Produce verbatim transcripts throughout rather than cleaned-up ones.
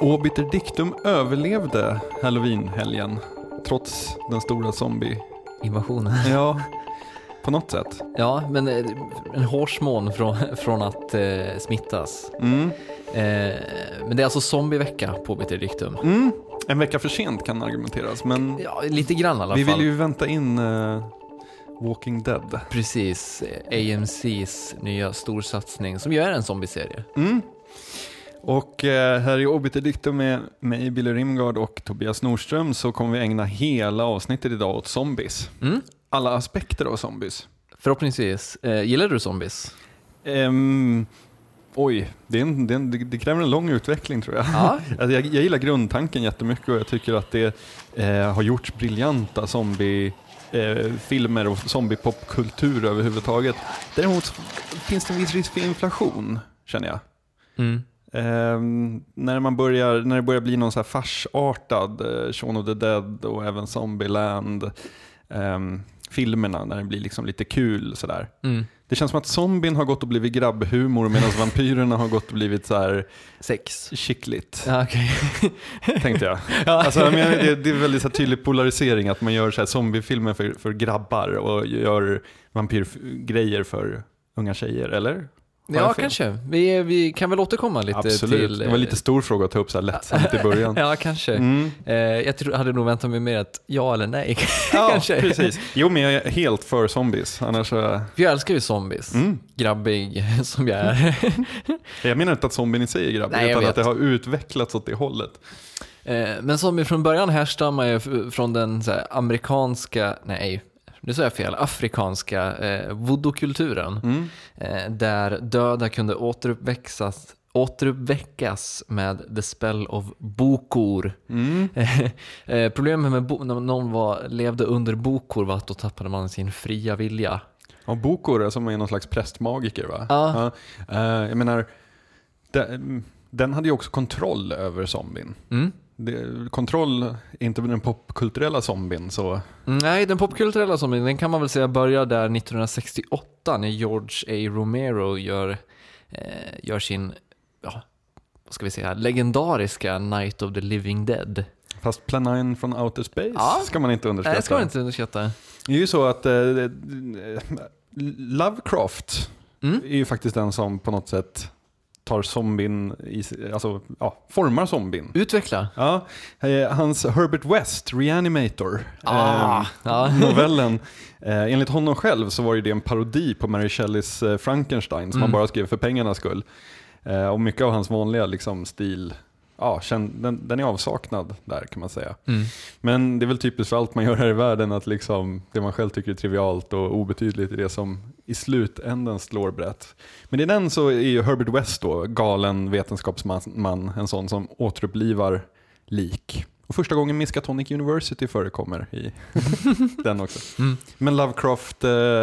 Obiter Dictum överlevde Halloween-helgen trots den stora zombie-invasionen. Ja, på något sätt. Ja, men en hårsmån från, från att eh, smittas. Mm. Eh, men det är alltså zombievecka på Obiter Dictum. Mm. En vecka för sent kan argumenteras, men ja, lite grann i alla vi fall. vill ju vänta in uh, Walking Dead. Precis, A M C:s nya storsatsning som ju är en zombieserie. Mm. Och eh, här i Obiter Dictum med mig, Billy Rimgard och Tobias Nordström, så kommer vi ägna hela avsnittet idag åt zombies. Mm. Alla aspekter av zombies. Förhoppningsvis. Eh, gillar du zombies? Um, oj, det, är en, det, är en, det kräver en lång utveckling, tror jag. Ja. Alltså, jag, jag gillar grundtanken jättemycket och jag tycker att det eh, har gjorts briljanta zombie eh, filmer och zombie-popkultur överhuvudtaget. Däremot finns det en viss risk för inflation, känner jag. Mm. Um, när man börjar när det börjar bli någon så här farsartad uh, Shaun of the Dead och även Zombieland um, filmerna, när det blir liksom lite kul sådär. Mm. Det känns som att zombien har gått och blivit grabbhumor medan vampyrerna har gått och blivit så här sex skickligt. Ja, okej. Okay. Tänkte jag. Alltså, jag menar, det, det är väldigt så här tydlig polarisering att man gör så här zombiefilmer för, för grabbar och gör vampyrgrejer för unga tjejer, eller? Ja, kanske. Vi, vi kan väl återkomma lite. Absolut. Till... Det var lite stor fråga att ta upp så här lättsamt i början. Ja, kanske. Mm. Eh, jag tror, hade nog väntat mig mer att ja eller nej. Ja, kanske. Precis. Jo, men jag är helt för zombies. Annars... För jag älskar ju zombies. Mm. Grabbig som jag är. Jag menar inte att zombien i sig är grabbig, nej, utan att det har utvecklats åt det hållet. Eh, men zombie från början härstammar ju från den så här, amerikanska... Nej... Nu säger jag fel, afrikanska eh, voodoo-kulturen mm. eh, där döda kunde återuppväxas, återuppväckas med the spell of bokor. Mm. eh, problemet med bo- när någon var, levde under bokor var att då tappade man sin fria vilja. Ja, bokor är som är någon slags prästmagiker, va? Ja. ja eh, jag menar, den, den hade ju också kontroll över zombien. Mm. Det, kontroll är inte den popkulturella zombien så... Nej, den popkulturella zombien, den kan man väl säga börjar där nittonhundrasextioåtta när George A. Romero gör, eh, gör sin, ja, vad ska vi säga, legendariska Night of the Living Dead. Fast Plan nine från Outer Space ja. ska man inte underskatta. Nej, ska man inte underskatta. Det är ju så att eh, Lovecraft mm. är ju faktiskt den som på något sätt tar zombien i, alltså ja, formar zombien. Utveckla. Ja, hans Herbert West Reanimator ah, eh, ja. novellen. Eh, enligt honom själv så var ju det en parodi på Mary Shelleys eh, Frankenstein som mm. han bara skrev för pengarnas skull. Eh, och mycket av hans vanliga liksom stil, ja, den, den är avsaknad där, kan man säga. Mm. Men det är väl typiskt för allt man gör här i världen att liksom det man själv tycker är trivialt och obetydligt är det som i slutändan slår brett. Men i den så är ju Herbert West då, galen vetenskapsman, en sån som återupplivar lik. Och första gången Miskatonic University förekommer i den också. Mm. Men Lovecraft,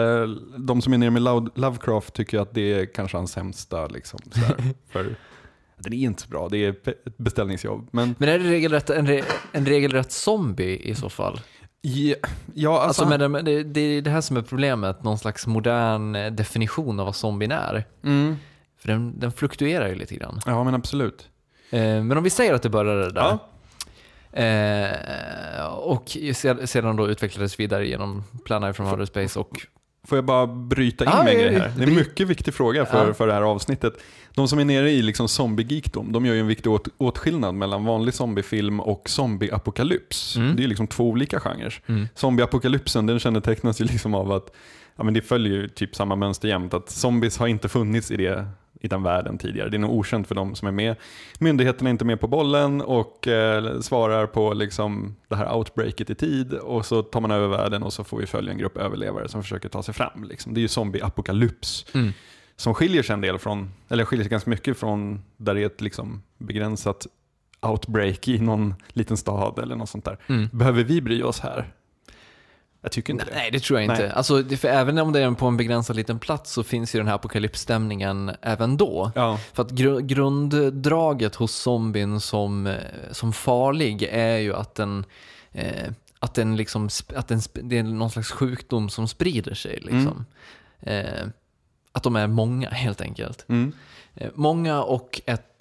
de som är nere med Lovecraft tycker att det är kanske hans sämsta liksom, sådär, för den är inte så bra, det är ett beställningsjobb. Men, men är det regelrätt, en, re, en regelrätt zombie i så fall? Ja, ja alltså... alltså men det, det är det här som är problemet, någon slags modern definition av vad zombien är. Mm. För den, den fluktuerar ju lite grann. Ja, men absolut. Eh, men om vi säger att det började där. Ja. Eh, och sedan då utvecklades vidare genom Plan nine from Outer Space och... Får jag bara bryta in ah, med en grej här? Det är en mycket viktig fråga för, ja. för det här avsnittet. De som är nere i liksom zombie-geekdom, de gör ju en viktig åt, åtskillnad mellan vanlig zombiefilm och zombie-apokalyps. Mm. Det är liksom två olika genrer. Mm. Zombie-apokalypsen, den kännetecknas ju liksom av att ja, men det följer ju typ samma mönster jämt. Att zombies har inte funnits i, det, i den världen tidigare. Det är nog okänt för de som är med. Myndigheterna är inte med på bollen och eh, svarar på liksom det här outbreaket i tid. Och så tar man över världen och så får vi följa en grupp överlevare som försöker ta sig fram. Liksom. Det är ju zombie-apokalyps. Mm. Som skiljer sig en del från, eller skiljer sig ganska mycket från där det är ett liksom begränsat outbreak i någon liten stad eller något sånt där. Mm. Behöver vi bry oss här? Jag tycker inte nej, det. Nej, det tror jag inte. Alltså, det, för även om det är på en begränsad liten plats så finns ju den här apokalypsstämningen även då. Ja. För att gr- grunddraget hos zombien som, som farlig är ju att den... Eh, att den liksom, att den, det är någon slags sjukdom som sprider sig liksom. Mm. Eh, att de är många helt enkelt. Mm. Eh, många och ett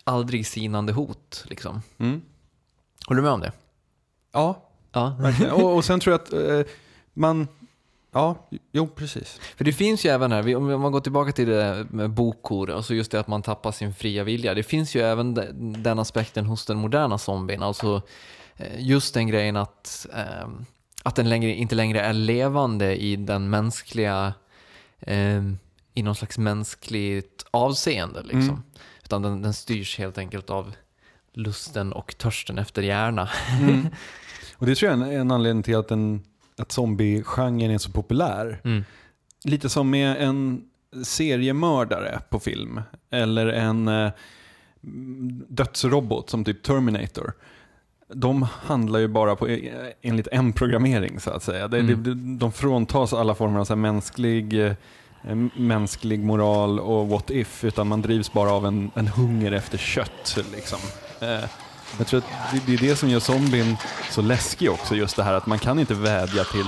aldrig sinande hot liksom. Mm. Håller du med om det? Ja, ja. verkligen. och, och sen tror jag att eh, man... Ja, jo precis. För det finns ju även här, om man går tillbaka till det med bokkor, alltså just det att man tappar sin fria vilja. Det finns ju även den aspekten hos den moderna zombien, alltså just den grejen att, eh, att den längre, inte längre är levande i den mänskliga, eh, i någon slags mänskligt avseende liksom. Mm. Utan den, den styrs helt enkelt av lusten och törsten efter hjärna. Mm. Och det tror jag är en anledning till att den att zombie-genren är så populär. Mm. Lite som med en seriemördare på film. Eller en eh, dödsrobot som typ Terminator. De handlar ju bara på enligt en programmering så att säga. Mm. De, de fråntas alla former av så här mänsklig, eh, mänsklig moral och what if. Utan man drivs bara av en, en hunger efter kött liksom. Eh, Jag tror att det är det som gör zombien så läskig också, just det här att man kan inte vädja till...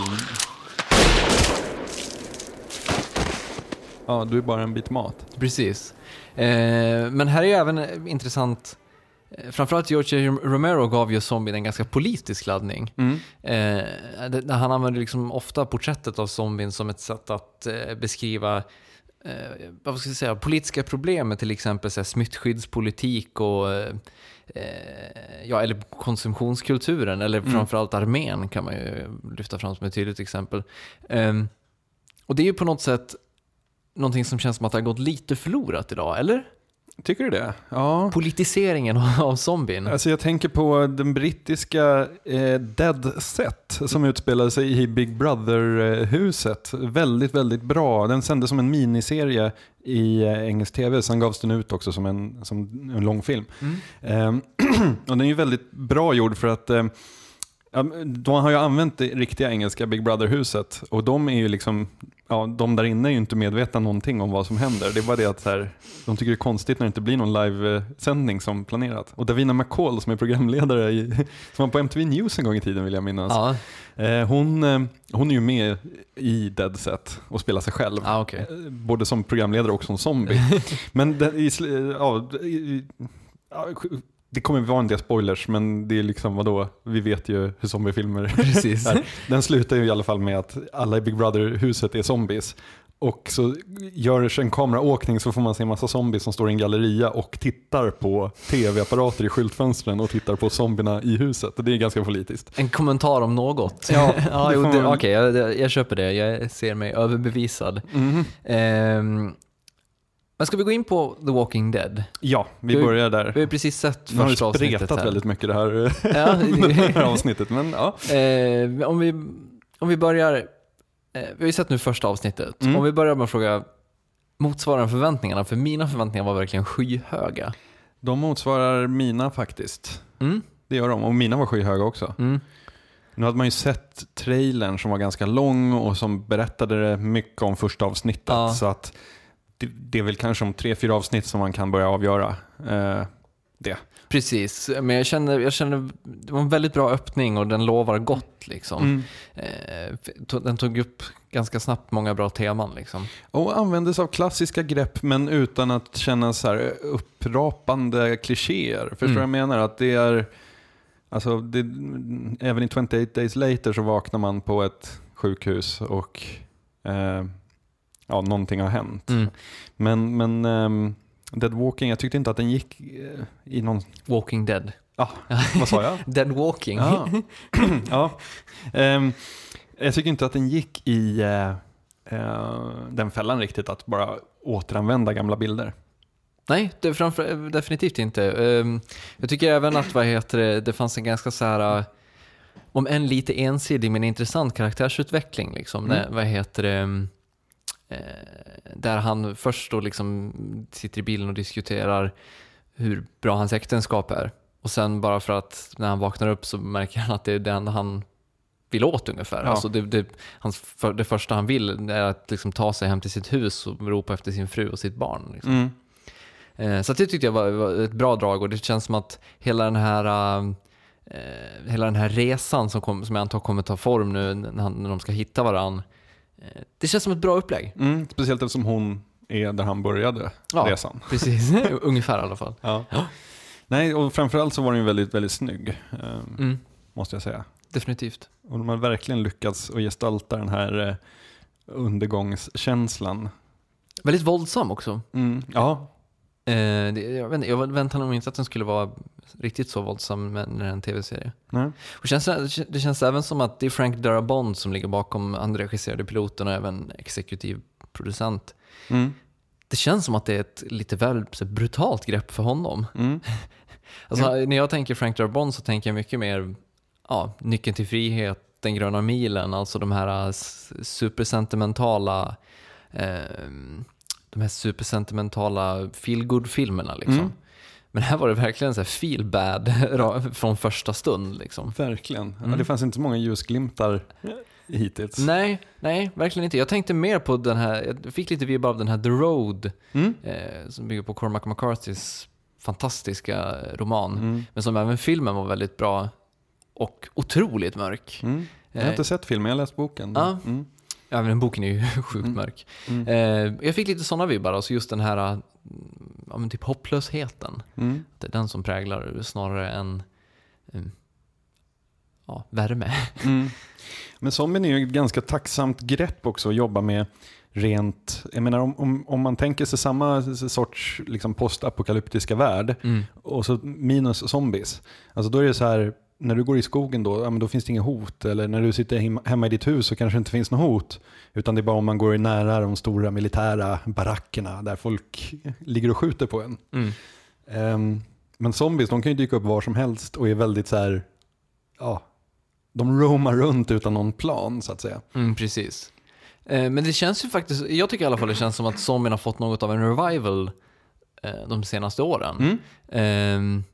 Ja, du är bara en bit mat. Precis. Eh, men här är ju även intressant, framförallt George Romero gav ju zombien en ganska politisk laddning. Mm. Eh, det, han använder liksom ofta porträttet av zombien som ett sätt att eh, beskriva eh, vad ska jag säga, politiska problem med till exempel så här, smittskyddspolitik och eh, ja, eller konsumtionskulturen eller mm. framförallt armén kan man ju lyfta fram som ett tydligt exempel. Um, och det är ju på något sätt någonting som känns som att det har gått lite förlorat idag, eller? Tycker du det? Ja. Politiseringen av zombien. Alltså jag tänker på den brittiska eh, Dead Set som utspelade sig i Big Brother-huset. Väldigt, väldigt bra. Den sändes som en miniserie i eh, engelsk tv. Sen gavs den ut också som en, som en lång film. Mm. Eh, och den är ju väldigt bra gjord för att eh, de har ju använt det riktiga engelska Big Brother-huset och de är ju liksom, ja, de där inne är ju inte medvetna någonting om vad som händer. Det är bara det att så här, de tycker det är konstigt när det inte blir någon live-sändning som planerat. Och Davina McCall som är programledare i, som var på M T V News en gång i tiden vill jag minnas. Ja. Eh, hon, hon är ju med i Dead Set och spelar sig själv. Ah, okay. Både som programledare och som zombie. Men det, i, ja, i, ja, det kommer vara en del spoilers, men det är liksom vadå, vi vet ju hur zombiefilmer Precis. är. Den slutar ju i alla fall med att alla i Big Brother-huset är zombies. Och så görs en kameraåkning så får man se en massa zombies som står i en galleria och tittar på tv-apparater i skyltfönstren och tittar på zombierna i huset. Det är ganska politiskt. En kommentar om något. Ja, ja, man... Okej, okay, jag, jag köper det. Jag ser mig överbevisad. Mm. Ehm... Men ska vi gå in på The Walking Dead? Ja, vi börjar där. Vi har precis sett första avsnittet här. Vi har spretat väldigt mycket det här, ja, det här avsnittet. Men, ja. eh, om, vi, om vi börjar... Eh, vi har ju sett nu första avsnittet. Mm. Om vi börjar med att fråga, motsvarar förväntningarna? För mina förväntningar var verkligen skyhöga. De motsvarar mina faktiskt. Mm. Det gör de. Och mina var skyhöga också. Mm. Nu hade man ju sett trailern som var ganska lång och som berättade mycket om första avsnittet. Ja. Så att... Det är väl kanske om tre, fyra avsnitt som man kan börja avgöra eh, det. Precis, men jag känner, jag känner det var en väldigt bra öppning och den lovar gott liksom. Mm. Eh, den tog upp ganska snabbt många bra teman liksom. Och användes av klassiska grepp men utan att känna så här upprapande klichéer. Förstår mm. jag menar? Att det är, alltså det, även i tjugoåtta Days Later så vaknar man på ett sjukhus och... Eh, ja, någonting har hänt. Mm. Men, men um, Dead Walking, jag tyckte inte att den gick uh, i någon... Walking Dead. Ja, ah, vad sa jag? Dead Walking. Ah. ja. Um, jag tycker inte att den gick i uh, uh, den fällan riktigt att bara återanvända gamla bilder. Nej, det framför, definitivt inte. Um, jag tycker även att vad heter det, det fanns en ganska så här... Uh, om en lite ensidig men intressant karaktärsutveckling. Liksom, mm. när, vad heter det... Um, där han först då liksom sitter i bilen och diskuterar hur bra hans äktenskap är. Och sen bara för att när han vaknar upp så märker han att det är det enda han vill åt ungefär. Ja. Alltså det, det, hans, för, det första han vill är att liksom ta sig hem till sitt hus och ropa efter sin fru och sitt barn. Liksom. Mm. Eh, så det tyckte jag var, var ett bra drag och det känns som att hela den här... Uh, eh, hela den här resan som, kom, som jag antar kommer ta form nu när, han, när de ska hitta varann. Det känns som ett bra upplägg. Mm, speciellt eftersom hon är där han började ja, resan. Precis, ungefär i alla fall. Ja. Ja. Nej, och framförallt så var den ju väldigt, väldigt snygg, mm. måste jag säga. Definitivt. Och de har verkligen lyckats att gestalta den här undergångskänslan. Väldigt våldsam också. Mm. Ja. Eh, det, jag, vet, jag väntade nog inte att den skulle vara riktigt så våldsam med, med en tv-serie. Nej. Och känns, det känns även som att det är Frank Darabont som ligger bakom andra regisserade piloten och även exekutiv producent. Mm. Det känns som att det är ett lite väl så brutalt grepp för honom. Mm. Alltså, mm. När jag tänker Frank Darabont så tänker jag mycket mer ja, Nyckeln till frihet, Den gröna milen, alltså de här supersentimentala eh, de här supersentimentala feel-good-filmerna liksom. Mm. Men här var det verkligen så här feel bad från första stund liksom. Verkligen. Mm. Ja, det fanns inte så många ljusglimtar hittills. Nej, nej, verkligen inte. Jag tänkte mer på den här, jag fick lite vibbar av den här The Road mm. eh, som bygger på Cormac McCarthys fantastiska roman. Mm. Men som även filmen var väldigt bra och otroligt mörk. Mm. Jag har inte sett filmen, jag har läst boken. Ja, mm. ja men boken är ju sjukt mm. mörk. Mm. Eh, jag fick lite sådana vibbar, alltså just den här ja, men typ hopplösheten. Mm. Det är den som präglar snarare än um, ja, värme. Mm. Men zombien är ju ett ganska tacksamt grepp också att jobba med rent, jag menar om, om, om man tänker sig samma sorts liksom postapokalyptiska värld mm. och så minus zombies. Alltså då är det så här, när du går i skogen då, ja, men då finns det inget hot. Eller när du sitter hemma i ditt hus så kanske det inte finns något hot. Utan det är bara om man går nära de stora militära barackerna där folk ligger och skjuter på en. Mm. Um, men zombies, de kan ju dyka upp var som helst och är väldigt så här, ja, de roamar runt utan någon plan så att säga. Mm, precis. Eh, men det känns ju faktiskt, jag tycker i alla fall det känns som att zombien har fått något av en revival eh, de senaste åren. Mm. Eh,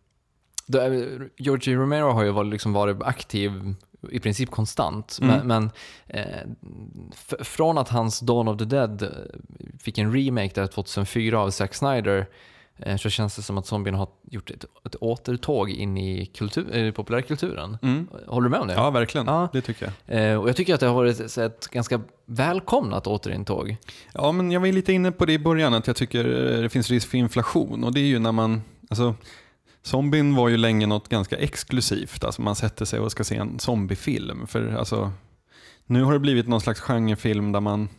George Romero har ju varit, liksom varit aktiv i princip konstant. Mm. Men, men eh, f- från att hans Dawn of the Dead fick en remake där tjugohundrafyra av Zack Snyder eh, så känns det som att zombien har gjort ett, ett återtåg in i kultur, eh, populärkulturen. Mm. Håller du med om det? Ja, verkligen. Ja. Det tycker jag. Eh, och jag tycker att det har varit ett, ett ganska välkomnat återintåg. Ja, men jag var lite inne på det i början att jag tycker det finns risk för inflation. Och det är ju när man... Alltså, zombien var ju länge något ganska exklusivt. Alltså man sätter sig och ska se en zombiefilm. För alltså, nu har det blivit någon slags genrefilm där man...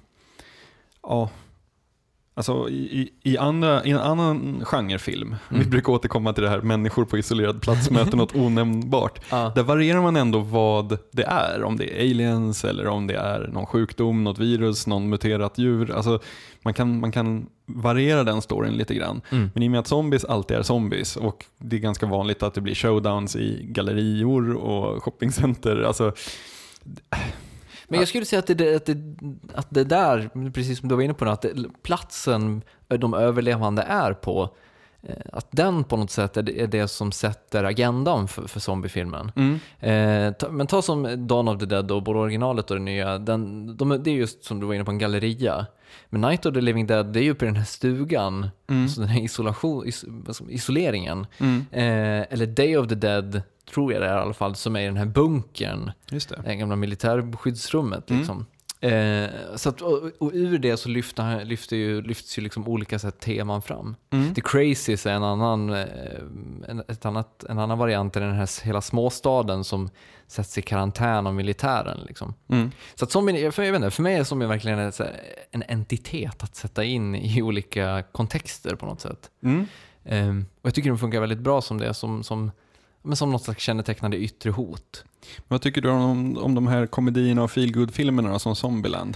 Ja, alltså i, i, andra, i en annan genrefilm, mm. vi brukar återkomma till det här, människor på isolerad plats möter något onämnbart. Ah. Där varierar man ändå vad det är. Om det är aliens eller om det är någon sjukdom, något virus, någon muterat djur. Alltså man kan... Man kan variera den storyn lite grann. Mm. Men i och med att zombies alltid är zombies och det är ganska vanligt att det blir showdowns i gallerior och shoppingcenter. Alltså, men jag skulle säga att det, att, det, att det där, precis som du var inne på, att det, platsen de överlevande är på, att den på något sätt är det, är det som sätter agendan för, för zombiefilmen. Mm. Eh, ta, men ta som Dawn of the Dead och både originalet och det nya, den, de, det är just som du var inne på en galleria. Men Night of the Living Dead, det är ju på den här stugan, mm. alltså den här isolation, is, isoleringen. Mm. Eh, eller Day of the Dead, tror jag det är i alla fall, som är i den här bunkern. Just det. Det gamla militärskyddsrummet liksom. Mm. Eh, så att, och, och ur det så lyfter, lyfter ju, lyfts ju liksom olika så här, teman fram. Mm. The Crazies är en annan, eh, en, ett annat, en annan variant i den här hela småstaden som sätts i karantän av militären. Liksom. Mm. Så att zombie, för, jag vet inte, för mig är zombie verkligen en, en entitet att sätta in i olika kontexter på något sätt. Mm. Eh, och jag tycker de funkar väldigt bra som det, som, som, men som något slags kännetecknande yttre hot. Vad tycker du om, om de här komedierna och feelgood-filmerna som Zombieland?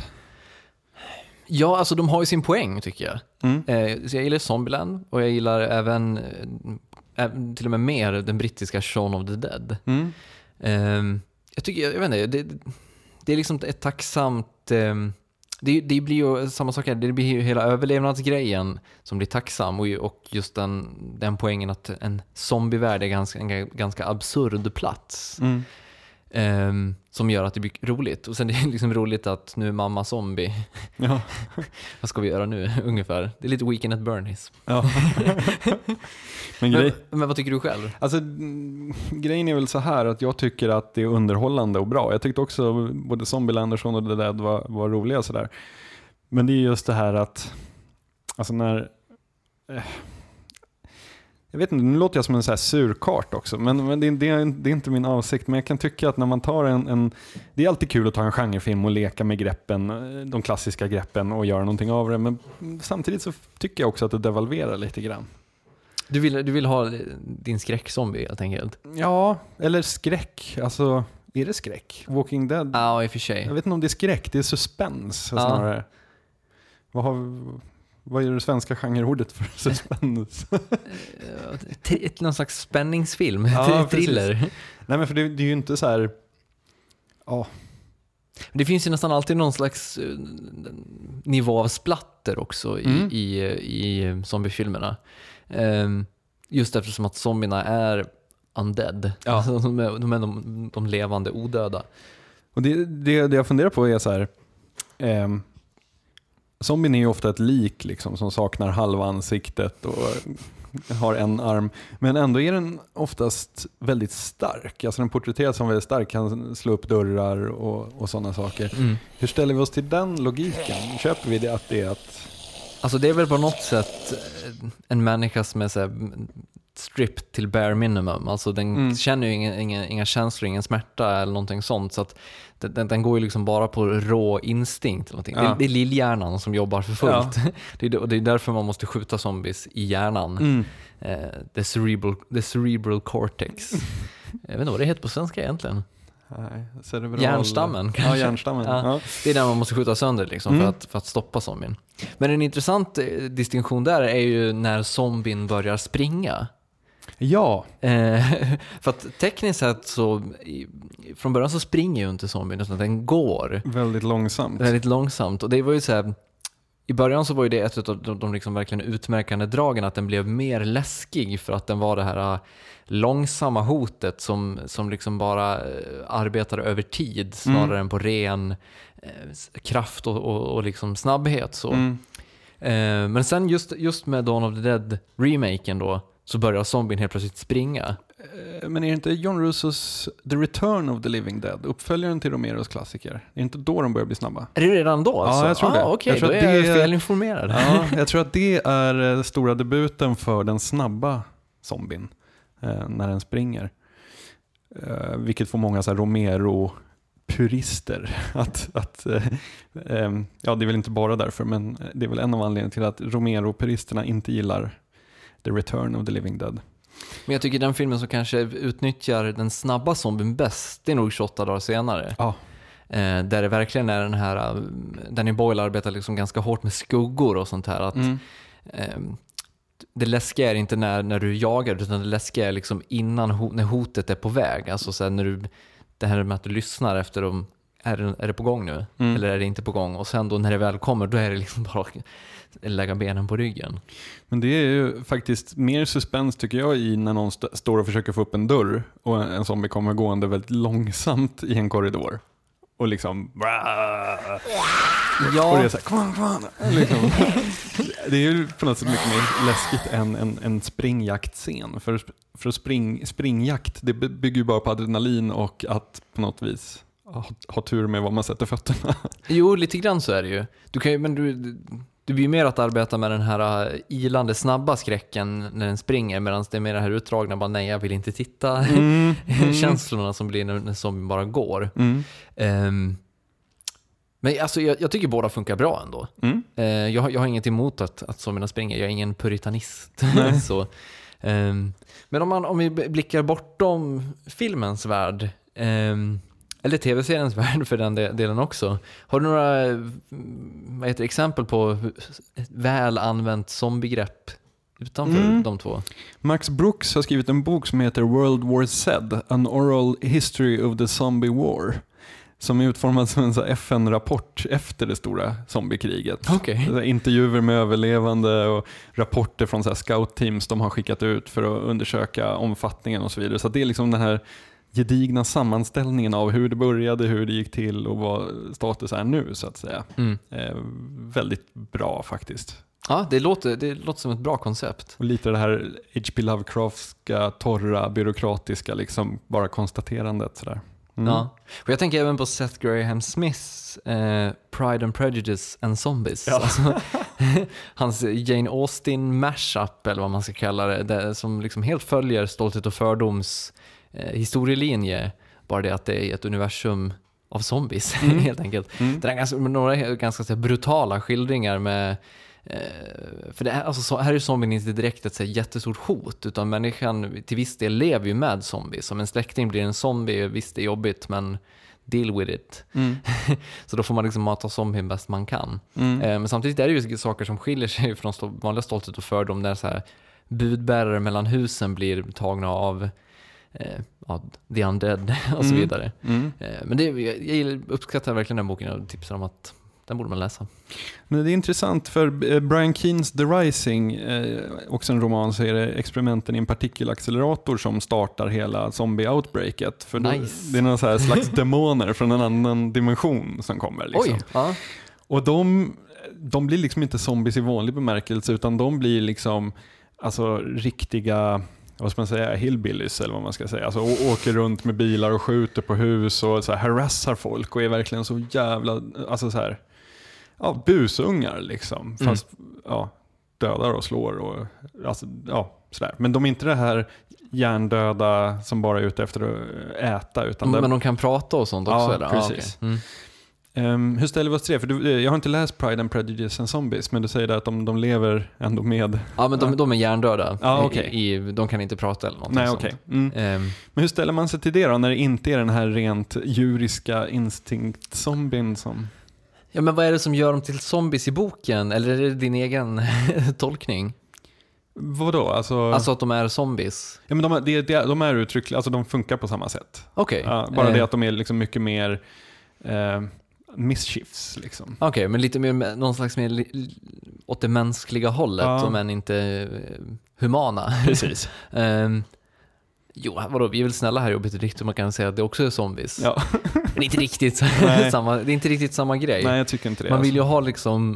Ja, alltså de har ju sin poäng tycker jag. Mm. Eh, så jag gillar Zombieland och jag gillar även eh, till och med mer den brittiska Shaun of the Dead. Mm. Eh, jag tycker, jag vet inte, det, det är liksom ett tacksamt... Eh, det, det blir ju samma sak här, det blir ju hela överlevnadsgrejen som blir tacksam och, och just den, den poängen att en zombievärld är ganska, en ganska absurd plats. Mm. Um, som gör att det blir roligt. Och sen är det liksom roligt att nu är mamma zombie. Ja. Vad ska vi göra nu ungefär? Det är lite Weekend at Bernie's. Ja. men, grej... men, men vad tycker du själv? Alltså, grejen är väl så här att jag tycker att det är underhållande och bra. Jag tyckte också både Zombieland och Shaun of the Dead var, var roliga sådär. Men det är just det här att alltså när... Eh, jag vet inte, nu låter jag som en så här surkart också, men, men det, det, är, det är inte min avsikt. Men jag kan tycka att när man tar en, en... Det är alltid kul att ta en genrefilm och leka med greppen, de klassiska greppen och göra någonting av det. Men samtidigt så tycker jag också att det devalverar lite grann. Du vill, du vill ha din skräckzombie helt enkelt? Ja, eller skräck. Alltså, är det skräck? Walking Dead? Ja, i och för sig. Jag vet inte om det är skräck, det är suspens ja. snarare. Vad har... Vad är det svenska genreordet för suspens? Ett någon slags spänningsfilm, ja, thriller. Precis. Nej, men för det, det är ju inte så här... Ja. Det finns ju nästan alltid någon slags nivå av splatter också i, mm. i, i zombiefilmerna. Um, just eftersom att zombierna är undead. Ja. Alltså, de är, de, är de, de levande odöda. Och det, det, det jag funderar på är så här... Um, zombien är ju ofta ett lik liksom, som saknar halva ansiktet och har en arm. Men ändå är den oftast väldigt stark. Alltså den porträtteras som väldigt stark, kan slå upp dörrar och, och sådana saker. Mm. Hur ställer vi oss till den logiken? Köper vi det att det är att... Alltså det är väl på något sätt en människa som är så här stripped till bare minimum. Alltså den mm. känner ju inga, inga, inga känslor, ingen smärta eller någonting sånt. Så att den, den går ju liksom bara på rå instinkt. Eller någonting. Ja. Det, det är lillhjärnan som jobbar för fullt. Ja. Det är, och det är därför man måste skjuta zombies i hjärnan. Mm. Eh, the, cerebral, the cerebral cortex. Jag vet inte vad det heter på svenska egentligen. Nej, cerebral... Hjärnstammen kanske. Ja, hjärnstammen. Ja. Ja. Det är där man måste skjuta sönder liksom, mm. för, att, för att stoppa zombien. Men en intressant distinktion där är ju när zombien börjar springa. Ja. Eh, för att tekniskt sett så från början så springer ju inte zombien utan den går. Väldigt långsamt. Väldigt långsamt. Och det var ju så här, i början så var ju det ett av de, de liksom verkligen utmärkande dragen att den blev mer läskig för att den var det här långsamma hotet som, som liksom bara arbetade över tid snarare mm. än på ren eh, kraft och, och, och liksom snabbhet. Så. Mm. Eh, men sen just, just med Dawn of the Dead-remaken då så börjar zombien helt plötsligt springa. Men är det inte John Russos The Return of the Living Dead, uppföljaren till Romeros klassiker? Är det inte då de börjar bli snabba? Är det redan då? Alltså? Ja, jag tror ah, det. Okej, okay, då är jag felinformerad. Ja, jag tror att det är stora debuten för den snabba zombien eh, när den springer. Eh, vilket får många så här Romero-purister att... att eh, eh, ja, det är väl inte bara därför, men det är väl en av anledningarna till att Romero-puristerna inte gillar The Return of the Living Dead. Men jag tycker den filmen som kanske utnyttjar den snabba zombien bäst, det är nog tjugoåtta dagar senare. Ja. Eh, där det verkligen är den här, Danny Boyle arbetar liksom ganska hårt med skuggor och sånt här. Att, mm. eh, det läskiga är inte när, när du jagar, utan det läskiga är liksom innan ho- när hotet är på väg. Alltså så här, när du, det här med att du lyssnar efter dem, är det, är det på gång nu? Mm. Eller är det inte på gång? Och sen då när det väl kommer, då är det liksom bara lägga benen på ryggen. Men det är ju faktiskt mer suspens tycker jag i när någon st- står och försöker få upp en dörr och en zombie kommer gående väldigt långsamt i en korridor. Och liksom... Ja. Och det är så här, kom on, kom on. Liksom. Det är ju på något sätt mycket mer läskigt än en, en springjaktscen. För, för spring, springjakt, det bygger ju bara på adrenalin och att på något vis ha, ha tur med vad man sätter fötterna. Jo, lite grann så är det ju. Du kan ju, men du... Det blir mer att arbeta med den här ilande snabba skräcken när den springer, medan det är mer det här utdragna, bara nej jag vill inte titta, mm, mm. känslorna som blir när, när zombien bara går. Mm. Um, men alltså jag, jag tycker båda funkar bra ändå. Mm. Uh, jag, jag har inget emot att, att zombierna springer, jag är ingen puritanist. så, um, men om, man, om vi blickar bortom filmens värld, um, eller tv-seriens värld för den delen också. Har du några vad heter, exempel på ett väl använt zombiegrepp utanför mm. de två? Max Brooks har skrivit en bok som heter World War Z, An Oral History of the Zombie War. Som är utformad som en så F N-rapport efter det stora zombiekriget. Okay. Intervjuer med överlevande och rapporter från så här scout-teams de har skickat ut för att undersöka omfattningen och så vidare. Så det är liksom den här gedigna sammanställningen av hur det började, hur det gick till och vad status är nu så att säga. Mm. Eh, väldigt bra faktiskt. Ja, det låter, det låter som ett bra koncept. Och lite det här H P Lovecraftska, torra, byråkratiska liksom bara konstaterandet sådär. Mm. Ja, och jag tänker även på Seth Grahame Smiths eh, Pride and Prejudice and Zombies. Ja. Alltså, hans Jane Austen mashup eller vad man ska kalla det, det som liksom helt följer Stolthet och fördoms eh, historielinje, bara det att det är ett universum av zombies mm. helt enkelt. Mm. Det är ganska, några ganska så, brutala skildringar med eh, för det här, alltså, så, här är zombien inte direkt ett så, jättestort hot, utan människan till viss del lever ju med zombies. Om en släkting blir en zombie, visst det är jobbigt, men deal with it. Mm. Så då får man liksom mata zombien bäst man kan. Mm. Eh, men samtidigt är det ju saker som skiljer sig från stå, vanliga Stolthet och fördom, där så här budbärare mellan husen blir tagna av eh, ja, The Undead och så Mm. vidare. Mm. Eh, men det, jag, jag uppskattar verkligen den boken och tipsar om att den borde man läsa. Men det är intressant för Brian Keens The Rising, eh, också en roman, så är det experimenten i en partikelaccelerator som startar hela zombie-outbreaket. För nice. då, det är någon så här slags demoner från en annan dimension som kommer. Liksom. Oj, ja. Och de, de blir liksom inte zombies i vanlig bemärkelse, utan de blir liksom alltså riktiga, vad ska man säga, hillbillies eller vad man ska säga. Alltså å- åker runt med bilar och skjuter på hus och så här harassar folk och är verkligen så jävla, alltså så här, ja, busungar liksom. Fast mm. ja, dödar och slår och alltså, ja, sådär. Men de är inte det här hjärndöda som bara är ute efter att äta. Utan mm, det... Men de kan prata och sånt också? Ja, eller? precis. Ah, okay. mm. Um, hur ställer vi oss till det? För du, jag har inte läst Pride and Prejudice and Zombies, men du säger att de, de lever ändå med... Ja, men de, de är hjärndöda. Ah, okay. I, i, de kan inte prata eller något. Nej, sånt. okay. Mm. Um. Men hur ställer man sig till det då, när det inte är den här rent djuriska instinkt-zombien som... Ja, men vad är det som gör dem till zombies i boken? Eller är det din egen tolkning? Vadå? Alltså... alltså att de är zombies? Ja, men de, de, de är uttryckliga, alltså de funkar på samma sätt. Okej. Okay. Ja, bara eh. det att de är liksom mycket mer... Eh, mischiefs liksom. Okej, okay, men lite mer någon slags mer li, åt det mänskliga hållet, ja. Om än inte uh, humana. Precis. um, jo, vadå, vi är väl snälla här i Obitudict och man kan säga att det också är zombies. Ja. Men inte riktigt samma, det är inte riktigt samma grej. Nej, jag tycker inte det. Man alltså. vill ju ha liksom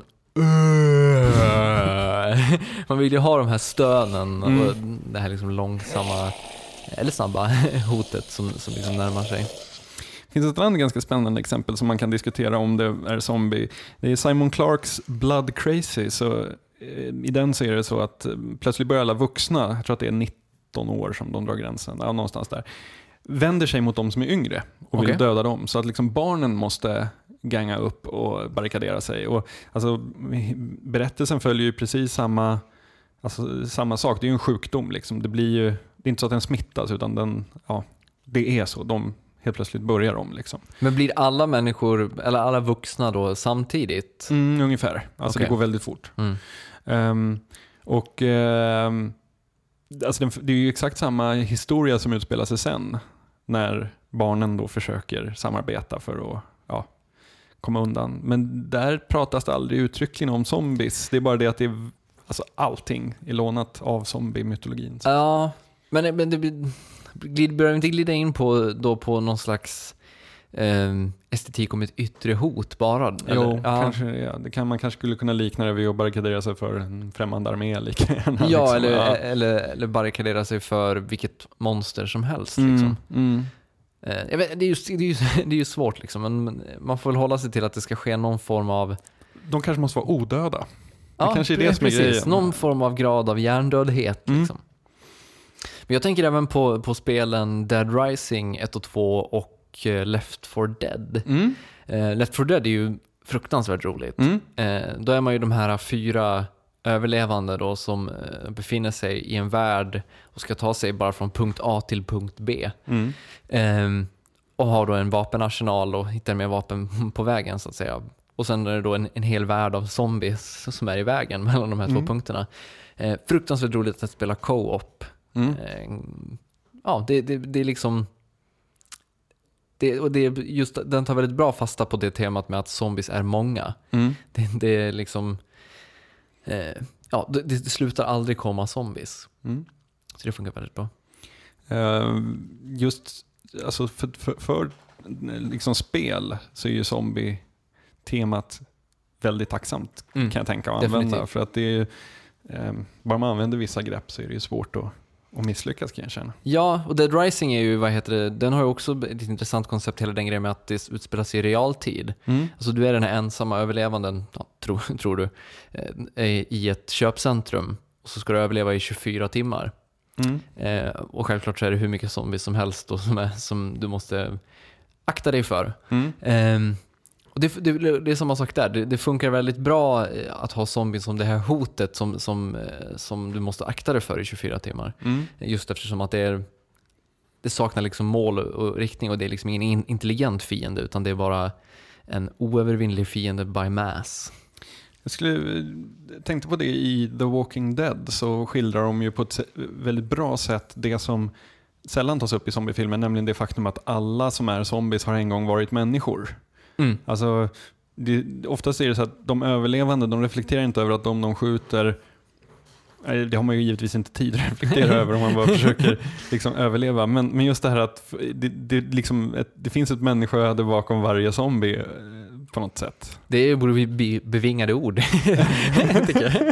man vill ju ha de här stönen mm. och det här liksom långsamma eller snabba hotet som, som liksom närmar sig. Det finns ett annat ganska spännande exempel som man kan diskutera om det är zombie. Det är Simon Clarks Blood Crazy. Så, eh, i den så är det så att plötsligt börjar alla vuxna, jag tror att det är nitton år som de drar gränsen, ja, någonstans där, vänder sig mot de som är yngre och vill okay. döda dem. Så att liksom barnen måste ganga upp och barrikadera sig. Och, alltså, berättelsen följer ju precis samma, alltså, samma sak. Det är ju en sjukdom. Liksom. Det, blir ju, det är inte så att den smittas, utan den, ja, det är så. De helt plötsligt börjar om. Liksom. Men blir alla människor, eller alla vuxna då samtidigt? Mm, ungefär. Alltså okay. Det går väldigt fort. Mm. Um, och um, alltså den, det är ju exakt samma historia som utspelar sig sen. När barnen då försöker samarbeta för att ja, komma undan. Men där pratas det aldrig uttryckligen om zombies. Det är bara det att det är, alltså, allting är lånat av zombie-mytologin. Ja, men, men det börjar inte glida in på, då på någon slags eh, estetik om ett yttre hot bara? Eller? Jo, ja. kanske, ja, det kan man kanske skulle kunna likna det vid att barrikadera sig för en främmande armé lika gärna. Ja, liksom. eller, ja. Eller, eller barrikadera sig för vilket monster som helst. Mm, liksom. mm. Jag vet, det, är ju, det, är ju, det är ju svårt liksom, men man får väl hålla sig till att det ska ske någon form av... De kanske måste vara odöda. Det ja, kanske är det som är precis. grejen. Någon form av grad av hjärndödhet. Mm. Liksom. Men jag tänker även på, på spelen Dead Rising ett och två och Left four Dead. Mm. Uh, Left four Dead är ju fruktansvärt roligt. Mm. Uh, då är man ju de här fyra överlevande då som uh, befinner sig i en värld och ska ta sig bara från punkt A till punkt B. Mm. Um, och har då en vapenarsenal och hittar mer vapen på vägen så att säga. Och sen är det då en, en hel värld av zombies som är i vägen mellan de här mm. två punkterna. Uh, fruktansvärt roligt att spela co-op. Mm. Uh, ja, det, det, det är liksom... Det, och det är just, den tar väldigt bra fasta på det temat med att zombies är många. Mm. Det, det är liksom... Eh, ja, det, det slutar aldrig komma zombies. Mm. Så det funkar väldigt bra. Uh, just alltså för, för, för liksom spel så är ju zombie-temat väldigt tacksamt mm. kan jag tänka att använda. Definitivt. För att det är, um, bara man använder vissa grepp så är det ju svårt att, och misslyckas kan jag känna. Ja, och Dead Rising är ju, vad heter det, den har ju också ett intressant koncept, hela den grejen med att det utspelar sig i realtid. Mm. Alltså du är den här ensamma överlevanden, ja, tro, tror du, i ett köpcentrum och så ska du överleva i tjugofyra timmar. Mm. Eh, och självklart så är det hur mycket zombies som helst då, som, är, som du måste akta dig för. Mm. Eh, och det, det, det är som man sagt där, det, det funkar väldigt bra att ha zombies som det här hotet som, som, som du måste akta dig för i tjugofyra timmar. Mm. Just eftersom att det är det saknar liksom mål och riktning och det är liksom ingen intelligent fiende utan det är bara en oövervinnlig fiende by mass. Jag skulle tänkte på det i The Walking Dead, så skildrar de ju på ett väldigt bra sätt det som sällan tas upp i zombiefilmen, nämligen det faktum att alla som är zombies har en gång varit människor. Mm. Alltså, det, oftast är det så att de överlevande, de reflekterar inte över att de de skjuter, det har man ju givetvis inte tid att reflektera över om man bara försöker liksom överleva, men, men just det här att det, det, liksom ett, det finns ett människoöde bakom varje zombie på något sätt. Det borde bli bevingade ord. Tycker jag.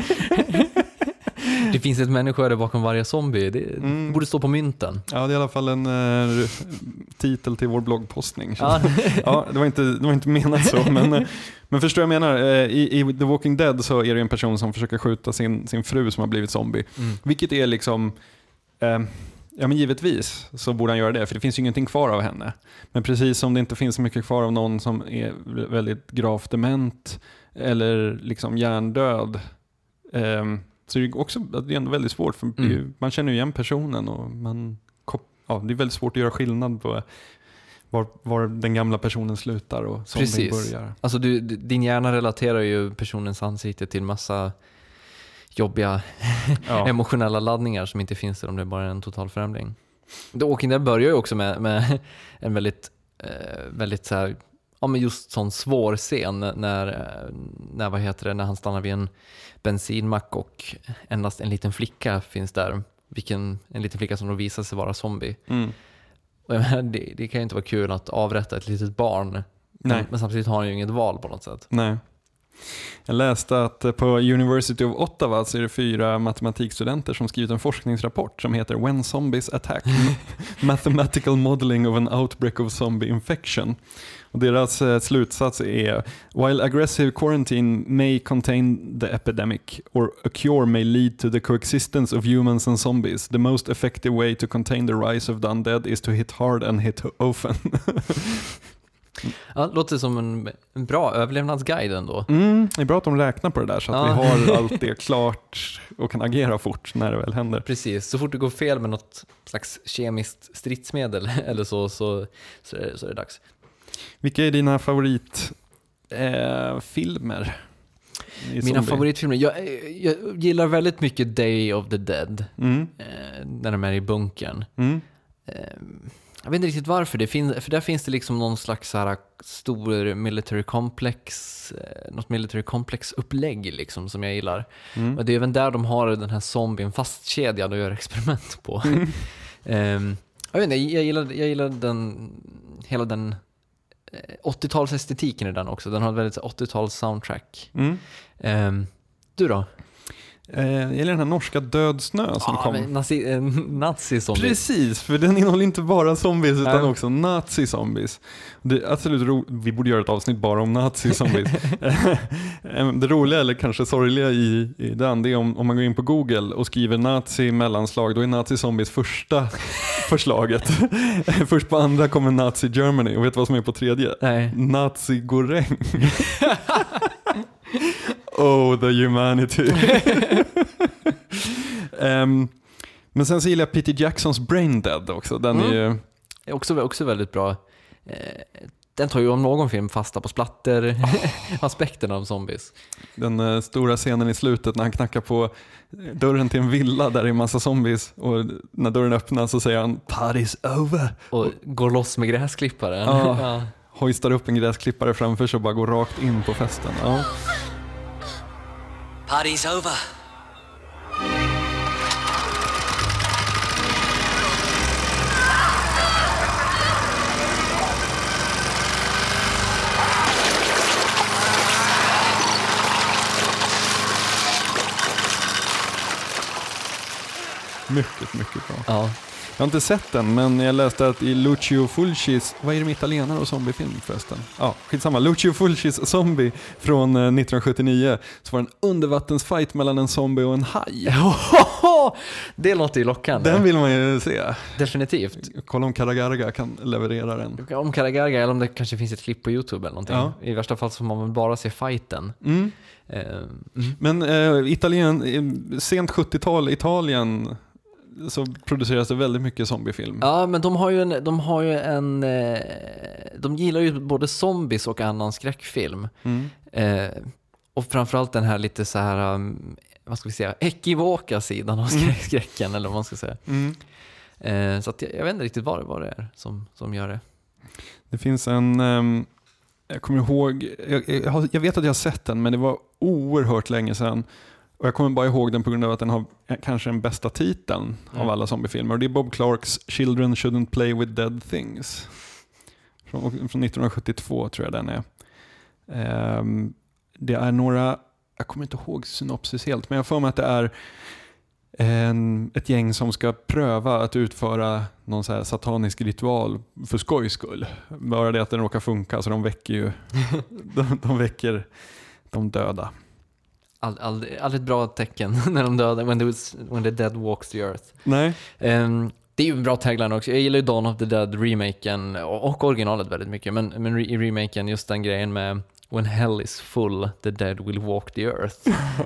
Det finns ett människoöde bakom varje zombie. Det mm. borde stå på mynten. Ja, det är i alla fall en uh, titel till vår bloggpostning. Ja. Ja, det var inte, det var inte menat så. Men, men förstår jag menar, i, i The Walking Dead så är det en person som försöker skjuta sin, sin fru som har blivit zombie. Mm. Vilket är liksom... Eh, ja, men givetvis så borde han göra det, för det finns ju ingenting kvar av henne. Men precis som det inte finns så mycket kvar av någon som är väldigt gravt dement eller liksom hjärndöd, eh, så är det också det är ändå väldigt svårt, för mm. man känner ju igen personen och man, ja, det är väldigt svårt att göra skillnad på var, var den gamla personen slutar och zombien börjar. Alltså du, din hjärna relaterar ju personens ansikte till massa jobbiga ja. emotionella laddningar som inte finns där om det är bara en total förändring. The Walking Dead börjar ju också med, med en väldigt, eh, väldigt så här, ja, men just sån svår scen när, när, vad heter det, när han stannar vid en bensinmack och endast en liten flicka finns där. Vilken, en liten flicka som då visar sig vara zombie. Mm. Och jag menar, det, det kan ju inte vara kul att avrätta ett litet barn. Nej. Men samtidigt har han ju inget val på något sätt. Nej. Jag läste att på University of Ottawa så är det fyra matematikstudenter som skrivit en forskningsrapport som heter When Zombies Attack, Mathematical Modeling of an Outbreak of Zombie Infection. Och deras eh, slutsats är: While aggressive quarantine may contain the epidemic or a cure may lead to the coexistence of humans and zombies, the most effective way to contain the rise of the undead is to hit hard and hit often. Ja, det låter som en, en bra överlevnadsguide ändå. Mm, det är bra att de räknar på det där så att ja. vi har allt det klart och kan agera fort när det väl händer. Precis, så fort det går fel med något slags kemiskt stridsmedel eller så, så, så, är, det, så är det dags. Vilka är dina favoritfilmer? Eh, Mina favoritfilmer? Jag, jag gillar väldigt mycket Day of the Dead. Mm. Eh, när de är i bunkern. Mm. Eh, Jag vet inte riktigt varför det finns, för där finns det liksom någon slags så här stor military complex, något military complex upplägg liksom som jag gillar. Mm. Och det är även där de har den här zombien fastkedjad och gör experiment på. Mm. um, jag vet inte, jag gillar, jag gillar den, hela den åttio-talsestetiken i den också. Den har ett väldigt åttio-tals soundtrack. Mm. Um, du då? Eh, eller den här norska Död snö som ja, kom. Nazi, eh, nazi-zombies. Precis, för den innehåller inte bara zombies utan mm. också nazi-zombies. Det, absolut ro- vi borde göra ett avsnitt bara om nazi-zombies. Det roliga eller kanske sorgliga i, i den, det är om, om man går in på Google och skriver nazi-mellanslag, då är nazi-zombies första förslaget. Först på andra kommer nazi-Germany, och vet du vad som är på tredje? Nej. Nazi-goräng. Oh, the humanity. um, men sen så gillar jag Peter Jacksons Brain Dead också. Den mm. är ju... är också, också väldigt bra. Eh, den tar ju om någon film fasta på splatter-aspekten av zombies. Den uh, stora scenen i slutet när han knackar på dörren till en villa där det är en massa zombies. Och när dörren öppnas så säger han "Party's over." Och går loss med gräsklipparen. Ja, ja. Hoistar upp en gräsklippare framför sig och bara går rakt in på festen. Ja. Party's over. Mycket, mycket bra. Ja. Jag har inte sett den, men jag läste att i Lucio Fulcis, vad är det med italienare och zombiefilm förresten? Ja, skitsamma. Lucio Fulcis Zombie från eh, nittonhundranittionio, så var det en undervattensfight mellan en zombie och en haj. Det låter ju lockande. Den vill man ju se. Definitivt. Kolla om Karagarga kan leverera den. Om Karagarga, eller om det kanske finns ett klipp på YouTube eller någonting. Ja. I värsta fall så får man väl bara se fighten. Mm. Uh, mm. Men uh, Italien, sent sjuttiotal Italien, så produceras det väldigt mycket zombiefilm. Ja, men de har ju en, de har ju en eh, de gillar ju både zombies och annan skräckfilm. Mm. Eh, och framförallt den här lite så här um, vad ska vi säga, ekivoka sidan av skräck, skräcken mm. eller vad man ska säga. Mm. Eh, så att jag, jag vet inte riktigt vad, vad det är som, som gör det. Det finns en um, jag kommer ihåg jag, jag, jag vet att jag har sett den, men det var oerhört länge sedan. Och jag kommer bara ihåg den på grund av att den har kanske den bästa titeln mm. av alla zombiefilmer. Och det är Bob Clarks Children Shouldn't Play With Dead Things. Från, från nittonhundrasjuttiotvå tror jag den är. Um, det är några, jag kommer inte ihåg synopsis helt, men jag får mig att det är en, ett gäng som ska pröva att utföra någon så här satanisk ritual för skojs skull. Bara det att den råkar funka, så de väcker ju de, de väcker de döda. Aldrig all, all ett bra tecken när de dödar, when the, when the dead walks the earth. Nej. Um, det är ju en bra tagline också. Jag gillar ju Dawn of the Dead remaken och, och originalet väldigt mycket. Men, men i remaken just den grejen med when hell is full, the dead will walk the earth.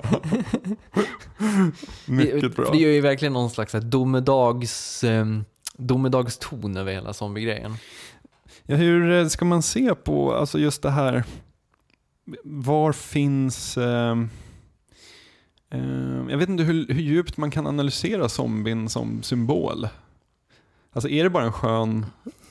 Mycket bra. Det, det gör ju verkligen någon slags här, domedags, um, domedagston över hela zombie-grejen. Ja, hur ska man se på alltså just det här? Var finns eh, eh, jag vet inte hur, hur djupt man kan analysera zombien som symbol. Alltså är det bara en skön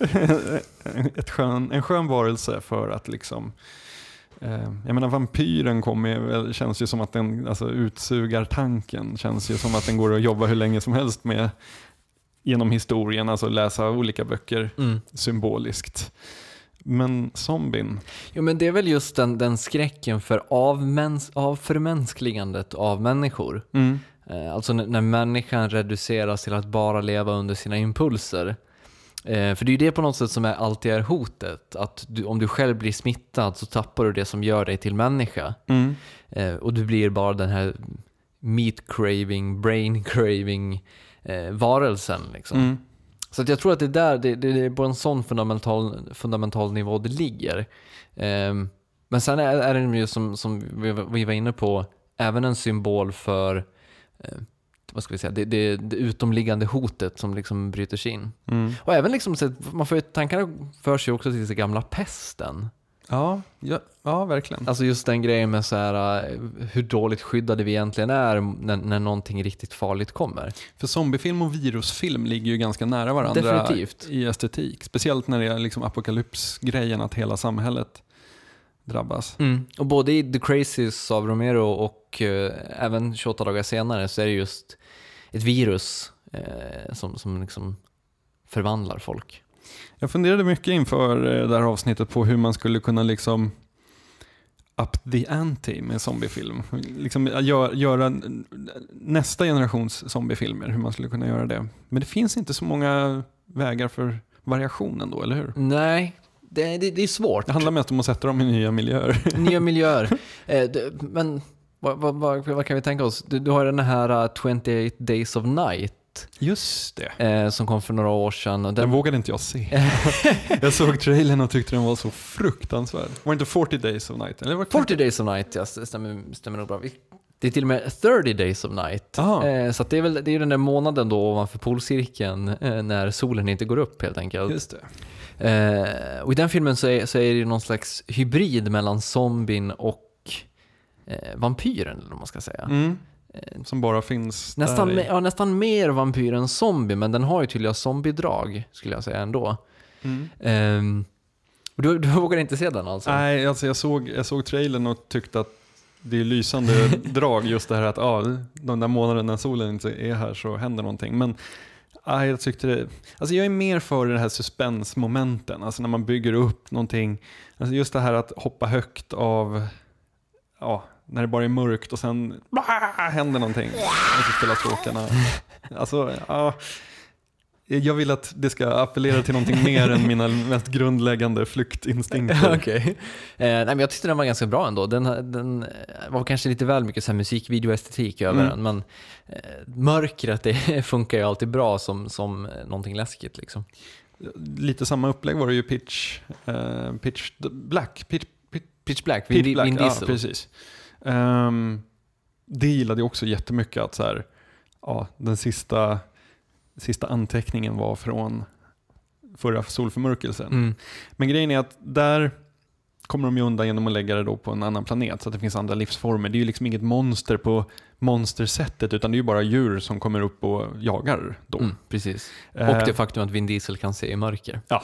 ett skön, en skön varelse för att liksom eh, jag menar vampyren kommer, känns ju som att den, alltså utsugartanken känns ju som att den går att jobba hur länge som helst med genom historien, alltså läsa olika böcker mm. symboliskt. Men zombien? Jo, men det är väl just den, den skräcken för avmäns, av förmänskligandet av människor. Mm. Eh, alltså när, när människan reduceras till att bara leva under sina impulser. Eh, för det är ju det på något sätt som är, alltid är hotet. Att du, om du själv blir smittad så tappar du det som gör dig till människa. Mm. Eh, och du blir bara den här meat craving, brain craving eh, varelsen liksom. Mm. Så att jag tror att det där det, det är på en sån fundamental, fundamental nivå det ligger. Um, men sen är, är det ju som, som vi, vi var inne på även en symbol för uh, vad ska vi säga, det, det, det utomliggande hotet som liksom bryter sig in. Mm. Och även liksom så att man får ju tankarna för sig också till den gamla pesten. Ja, ja, ja, verkligen. Alltså just den grejen med så här, hur dåligt skyddade vi egentligen är när, när någonting riktigt farligt kommer. För zombiefilm och virusfilm ligger ju ganska nära varandra. Definitivt. I estetik. Speciellt när det är liksom apokalypsgrejen, att hela samhället drabbas. Mm. Och både i The Crazies av Romero och eh, även tjugoåtta dagar senare så är det just ett virus eh, som, som liksom förvandlar folk. Jag funderade mycket inför det här avsnittet på hur man skulle kunna liksom up the ante med zombiefilm. Liksom gör, göra nästa generations zombiefilmer, hur man skulle kunna göra det. Men det finns inte så många vägar för variationen då, eller hur? Nej, det, det, det är svårt. Det handlar mest om att sätta dem i nya miljöer. Nya miljöer. Eh, det, men vad, vad, vad, vad kan vi tänka oss? Du, du har den här uh, twenty-eight Days of Night. Just det. Eh, som kom för några år sedan. Och den... den vågade inte jag se. Jag såg trailern och tyckte den var så fruktansvärd. Var det inte forty Days of Night? Eller var det forty Days of Night, ja, det stämmer, stämmer nog bra. Det är till och med thirty Days of Night. Eh, så att det är väl det är den där månaden då ovanför polcirkeln eh, när solen inte går upp helt enkelt. Just det. Eh, och i den filmen så är, så är det någon slags hybrid mellan zombien och eh, vampyren, eller vad man ska säga. Mm. Som bara finns nästan, där i... ja, nästan mer vampyr än zombie, men den har ju tydliga zombiedrag skulle jag säga ändå. Mm. Um, du, du vågar inte se den alltså? Nej, alltså jag såg, jag såg trailern och tyckte att det är lysande drag just det här att ah, de där månaderna när solen inte är här så händer någonting. Men ah, jag tyckte det, alltså jag är mer för det här suspensmomenten, alltså när man bygger upp någonting, alltså just det här att hoppa högt av ja, när det bara är mörkt och sen bah, händer någonting och så spelar stråkarna. Alltså, ja, jag vill att det ska appellera till någonting mer än mina mest grundläggande flyktinstinkter. Okej. Okay. Eh, nej, men jag tyckte den var ganska bra ändå. Den, den var kanske lite väl mycket så här musikvideoestetik över mm. den, men eh, mörkret det funkar ju alltid bra som, som någonting läskigt liksom. Lite samma upplägg var det ju Pitch, uh, pitch Black. Pitch, pitch, pitch Black, pitch Vin, Black. Vin Diesel. Ja, precis. Um, det gillade jag också jättemycket att så här, ja, den sista, sista anteckningen var från förra solförmörkelsen. Mm. Men grejen är att där kommer de ju undan genom att lägga det då på en annan planet så att det finns andra livsformer. Det är ju liksom inget monster på monstersättet utan det är ju bara djur som kommer upp och jagar då. Mm, precis. Och det faktum att Vin Diesel kan se i mörker. Ja.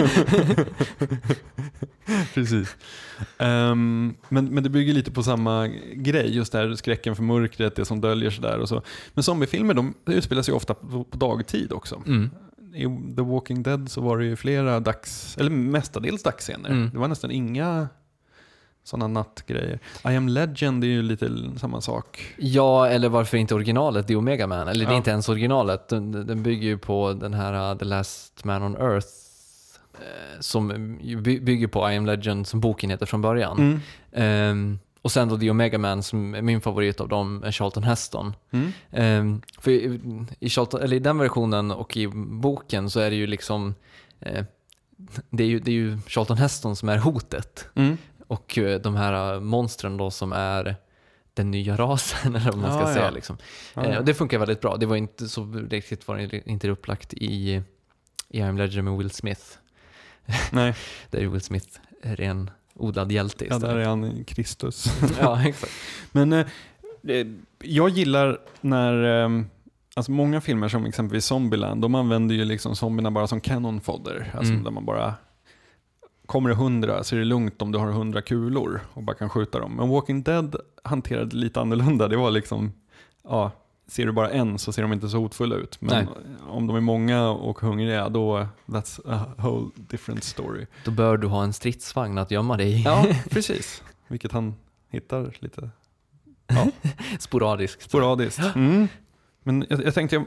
Precis. Um, men, men det bygger lite på samma grej, just där skräcken för mörkret, det som döljer sig där och så. Men zombiefilmer, de utspelas ju ofta på, på dagtid också. Mm. I The Walking Dead så var det ju flera dags, eller mestadels dagsscener. Mm. Det var nästan inga sådana nattgrejer. I Am Legend är ju lite samma sak. Ja, eller varför inte originalet, The Omega Man? Eller ja. Det är inte ens originalet. Den, den bygger ju på den här uh, The Last Man on Earth eh, som bygger på I Am Legend som boken heter från början. Mm. Um, Och sen då The Omega Man som är min favorit av dem är Charlton Heston. Mm. Um, för i, i, Charlton, eller i den versionen och i boken så är det ju liksom eh, det, är ju, det är ju Charlton Heston som är hotet. Mm. Och uh, de här monstren då som är den nya rasen eller vad man ska ah, säga. Ja. Liksom. Ah, ja. uh, och det funkar väldigt bra. Det var inte så riktigt var det inte upplagt i, i I Am Legend med Will Smith. Nej. Där är Will Smith ren odlad hjälte istället. Ja, där är han Kristus. Ja, exakt. Men eh, jag gillar när eh, alltså många filmer som exempelvis Zombieland, de använder ju liksom zombierna bara som cannon fodder. Alltså mm. där man bara kommer det hundra så är det lugnt om du har hundra kulor och bara kan skjuta dem. Men Walking Dead hanterade lite annorlunda. Det var liksom, ja, ser du bara en så ser de inte så hotfulla ut. Men Nej. Om de är många och hungriga, då that's a whole different story. Då bör du ha en stridsvagn att gömma dig i. Ja, precis. Vilket han hittar lite ja. sporadiskt. Sporadiskt. Mm. Men jag, jag tänkte, jag,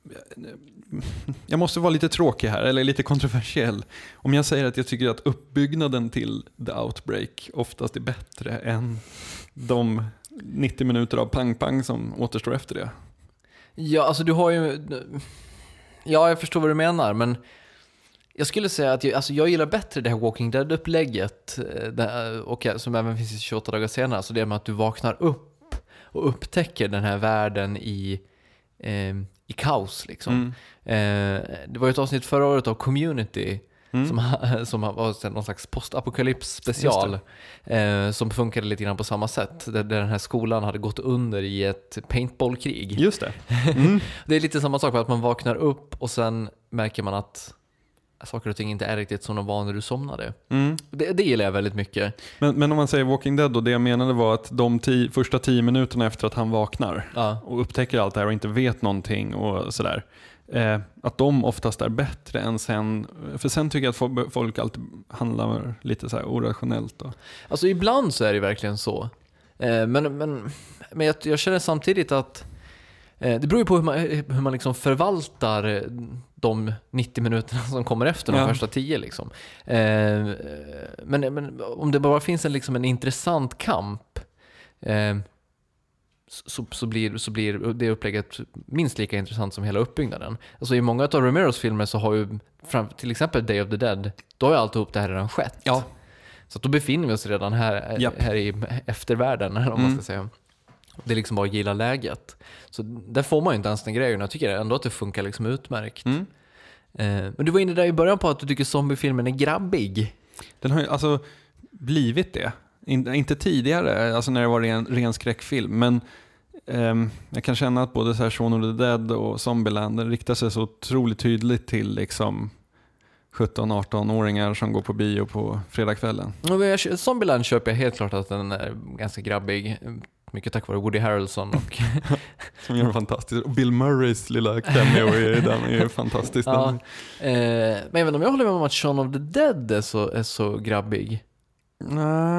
jag måste vara lite tråkig här, eller lite kontroversiell. Om jag säger att jag tycker att uppbyggnaden till The Outbreak oftast är bättre än de nittio minuter av pang-pang som återstår efter det. Ja, alltså du har ju... Ja, jag förstår vad du menar, men jag skulle säga att jag, alltså jag gillar bättre det här Walking Dead-upplägget det, och som även finns i tjugoåtta dagar senare. Alltså det med att du vaknar upp och upptäcker den här världen i, eh, i kaos. Liksom. Mm. Eh, det var ju ett avsnitt förra året av Community Mm. Som, som var någon slags postapokalyps special eh, som funkade lite grann på samma sätt där, där den här skolan hade gått under i ett paintballkrig. Just det. Mm. Det är lite samma sak, att man vaknar upp och sen märker man att saker och ting inte är riktigt som de var när du somnade. Mm. Det, det gillar jag väldigt mycket. Men, men om man säger Walking Dead då, det jag menade var att de tio, första tio minuterna efter att han vaknar ja. och upptäcker allt det här och inte vet någonting och sådär. Eh, att de oftast är bättre än sen. För sen tycker jag att folk alltid handlar lite så här orationellt då. Alltså ibland så är det verkligen så. Eh, men men, men jag, jag känner samtidigt att eh, det beror ju på hur man, hur man liksom förvaltar de nittio minuterna som kommer efter de ja. första tio liksom. Eh, men, men om det bara finns en, liksom en intressant kamp eh, Så, så, blir, så blir det upplägget minst lika intressant som hela uppbyggnaden. Alltså i många av Romeros filmer så har ju fram, till exempel Day of the Dead, då har ju alltihop det här redan skett. Ja. Så då befinner vi oss redan här, yep. här i eftervärlden, om mm. man ska säga. Det är liksom bara att gilla läget. Så där får man ju inte ens den grejen. Jag tycker ändå att det funkar liksom utmärkt. Mm. Eh, men du var inne där i början på att du tycker zombiefilmen är grabbig. Den har ju alltså blivit det. In, inte tidigare, alltså när det var en ren skräckfilm, men um, jag kan känna att både så här Shaun of the Dead och Zombieland riktar sig så otroligt tydligt till liksom sjutton-arton-åringar som går på bio på fredagskvällen. Ja, Zombieland köper jag helt klart att den är ganska grabbig. Mycket tack vare Woody Harrelson. Och som gör fantastiskt. Och Bill Murrays lilla cameo i den är ju fantastisk. Ja, eh, men även om jag håller med om att Shaun of the Dead är så, är så grabbig. Nej.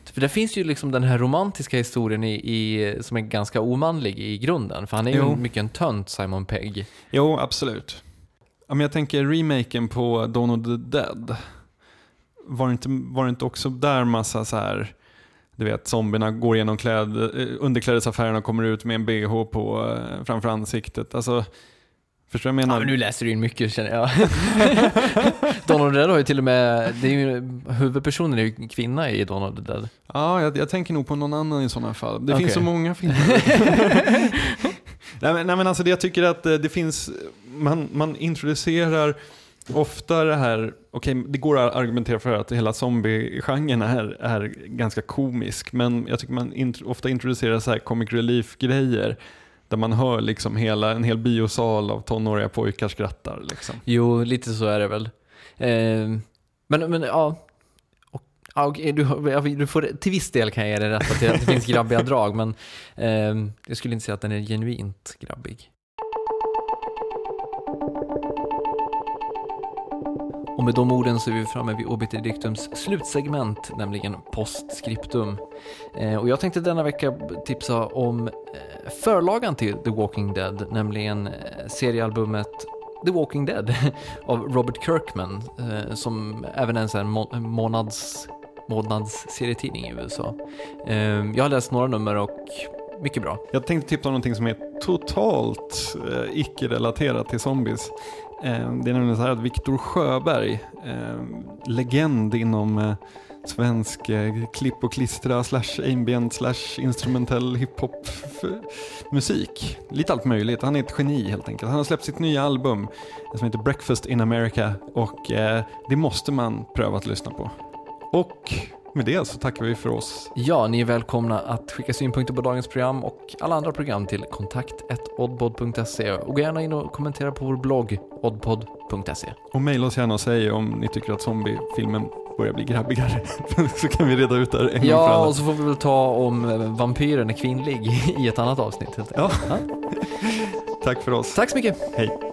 För det finns ju liksom den här romantiska historien i, i, som är ganska omanlig i grunden. För han är jo. ju mycket en tönt, Simon Pegg. Jo, absolut. Ja, men jag tänker remaken på Dawn of the Dead. Var det inte, var det inte också där massa så här... Du vet, zombierna går igenom kläd, underklädesaffären och kommer ut med en B H på framför ansiktet. Alltså, förstår jag menar? Ja, men nu läser du in mycket, känner jag. Dawn of the Dead har ju till och med, det är ju, huvudpersonen är ju kvinna i Dawn of the Dead. Ja, jag, jag tänker nog på någon annan i sådana fall. Det okay. finns så många filmer. nej, men, nej men alltså det jag tycker att det finns, man, man introducerar ofta det här, okej, okay, det går att argumentera för att hela zombie-genren är, är ganska komisk, men jag tycker man int- ofta introducerar så här comic relief-grejer där man hör liksom hela, en hel biosal av tonåriga pojkar skrattar liksom. Jo, lite så är det väl. Eh, men, men ja, och, ja okay, du, du får, till viss del kan jag ge dig rätt att det, att det finns grabbiga drag, men eh, jag skulle inte säga att den är genuint grabbig. Och med de orden så är vi framme vid Obiter Dictums slutsegment, nämligen postscriptum. Eh, och jag tänkte denna vecka tipsa om eh, förlagan till The Walking Dead, nämligen eh, seriealbumet The Walking Dead av Robert Kirkman, eh, som även är en sån här må- månads, månads serietidning i U S A. Eh, jag har läst några nummer och mycket bra. Jag tänkte tipsa om någonting som är totalt eh, icke-relaterat till zombies. Det är nämligen så här att Viktor Sjöberg, eh, legend inom eh, svensk eh, klipp och klistra slash ambient slash instrumentell hiphop f- musik. Lite allt möjligt. Han är ett geni helt enkelt. Han har släppt sitt nya album som heter Breakfast in America och eh, det måste man pröva att lyssna på. Och med det så tackar vi för oss. Ja, ni är välkomna att skicka synpunkter på dagens program och alla andra program till kontakt at oddpod punkt se och gå gärna in och kommentera på vår blogg oddpod punkt se. Och mejla oss gärna och säg om ni tycker att zombiefilmen börjar bli grabbigare så kan vi reda ut det här en ja, gång för alla. Och så får vi väl ta om vampyren är kvinnlig i ett annat avsnitt helt enkelt. Ja. Ja. Tack för oss. Tack så mycket. Hej.